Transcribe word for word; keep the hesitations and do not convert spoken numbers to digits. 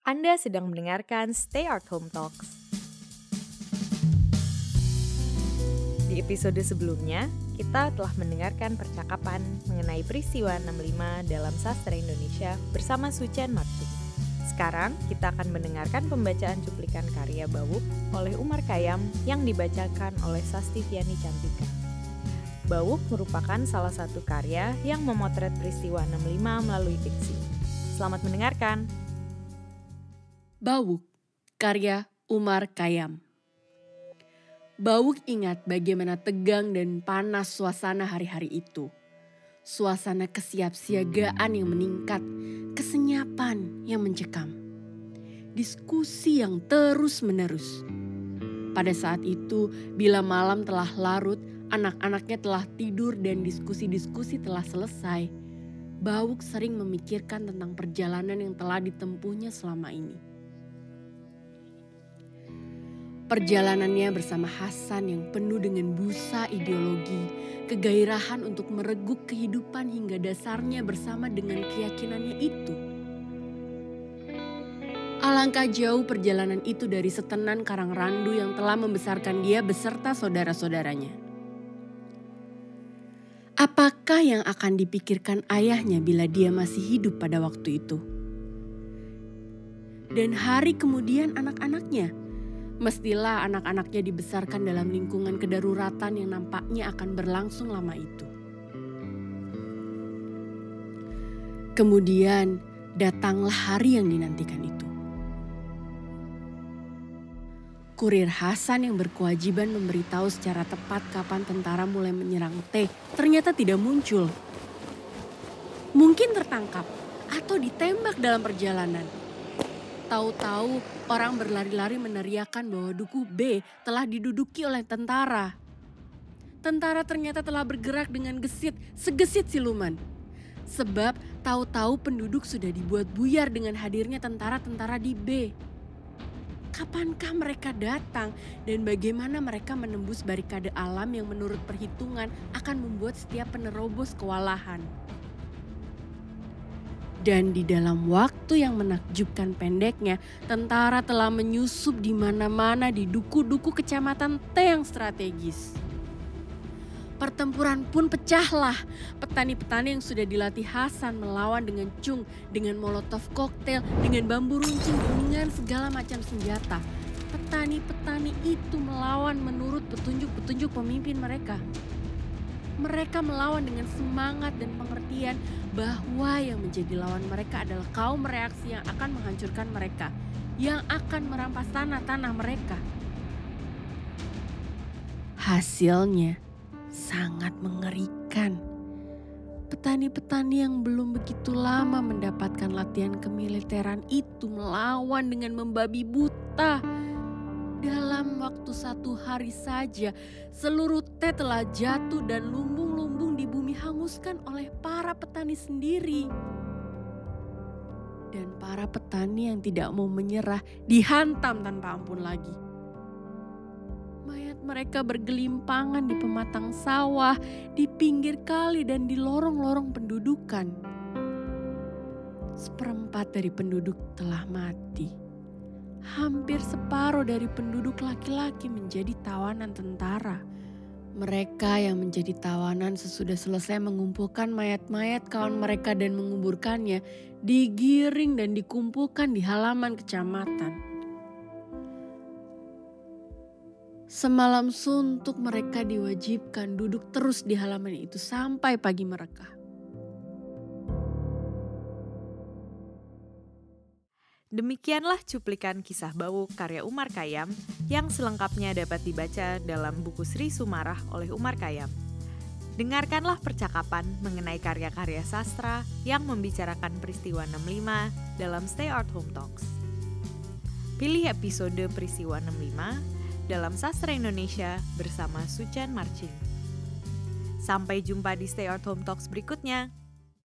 Anda sedang mendengarkan Stay Art Home Talks. Di episode sebelumnya, kita telah mendengarkan percakapan mengenai peristiwa enam puluh lima dalam sastra Indonesia bersama Sucen Martin. Sekarang, kita akan mendengarkan pembacaan cuplikan karya Bawuk oleh Umar Khayyam yang dibacakan oleh Sastiviani Cantika. Bawuk merupakan salah satu karya yang memotret peristiwa enam puluh lima melalui fiksi. Selamat mendengarkan! Bawuk, karya Umar Khayyam. Bawuk ingat bagaimana tegang dan panas suasana hari-hari itu. Suasana kesiapsiagaan yang meningkat, kesenyapan yang mencekam. Diskusi yang terus-menerus. Pada saat itu, bila malam telah larut, anak-anaknya telah tidur dan diskusi-diskusi telah selesai, Bawuk sering memikirkan tentang perjalanan yang telah ditempuhnya selama ini. Perjalanannya bersama Hasan yang penuh dengan busa ideologi, kegairahan untuk mereguk kehidupan hingga dasarnya bersama dengan keyakinannya itu. Alangkah jauh perjalanan itu dari setenan karang randu yang telah membesarkan dia beserta saudara-saudaranya. Apakah yang akan dipikirkan ayahnya bila dia masih hidup pada waktu itu? Dan hari kemudian anak-anaknya. Mestilah anak-anaknya dibesarkan dalam lingkungan kedaruratan yang nampaknya akan berlangsung lama itu. Kemudian datanglah hari yang dinantikan itu. Kurir Hasan yang berkewajiban memberitahu secara tepat kapan tentara mulai menyerang T ternyata tidak muncul. Mungkin tertangkap atau ditembak dalam perjalanan. Tahu-tahu orang berlari-lari meneriakkan bahwa duku B telah diduduki oleh tentara. Tentara ternyata telah bergerak dengan gesit, segesit siluman. Sebab tahu-tahu penduduk sudah dibuat buyar dengan hadirnya tentara-tentara di B. Kapankah mereka datang dan bagaimana mereka menembus barikade alam yang menurut perhitungan akan membuat setiap penerobos kewalahan? Dan di dalam waktu yang menakjubkan pendeknya, tentara telah menyusup di mana-mana di duku-duku kecamatan T yang strategis. Pertempuran pun pecahlah. Petani-petani yang sudah dilatih Hasan melawan dengan cung, dengan molotov koktail, dengan bambu runcing, dengan segala macam senjata. Petani-petani itu melawan menurut petunjuk-petunjuk pemimpin mereka. Mereka melawan dengan semangat dan pengertian bahwa yang menjadi lawan mereka adalah kaum reaksi yang akan menghancurkan mereka, yang akan merampas tanah-tanah mereka. Hasilnya sangat mengerikan. Petani-petani yang belum begitu lama mendapatkan latihan kemiliteran itu melawan dengan membabi buta. Dalam waktu satu hari saja, seluruh T telah jatuh dan lumbung-lumbung di bumi hanguskan oleh para petani sendiri. Dan para petani yang tidak mau menyerah dihantam tanpa ampun lagi. Mayat mereka bergelimpangan di pematang sawah, di pinggir kali dan di lorong-lorong pendudukan. Seperempat dari penduduk telah mati. Hampir separuh dari penduduk laki-laki menjadi tawanan tentara. Mereka yang menjadi tawanan sesudah selesai mengumpulkan mayat-mayat kawan mereka dan menguburkannya, digiring dan dikumpulkan di halaman kecamatan. Semalam suntuk mereka diwajibkan duduk terus di halaman itu sampai pagi mereka. Demikianlah cuplikan kisah Bawuk karya Umar Khayyam yang selengkapnya dapat dibaca dalam buku Sri Sumarah oleh Umar Khayyam. Dengarkanlah percakapan mengenai karya-karya sastra yang membicarakan peristiwa enam puluh lima dalam Stay Art Home Talks. Pilih episode peristiwa enam puluh lima dalam Sastra Indonesia bersama Sucen Martin. Sampai jumpa di Stay Art Home Talks berikutnya.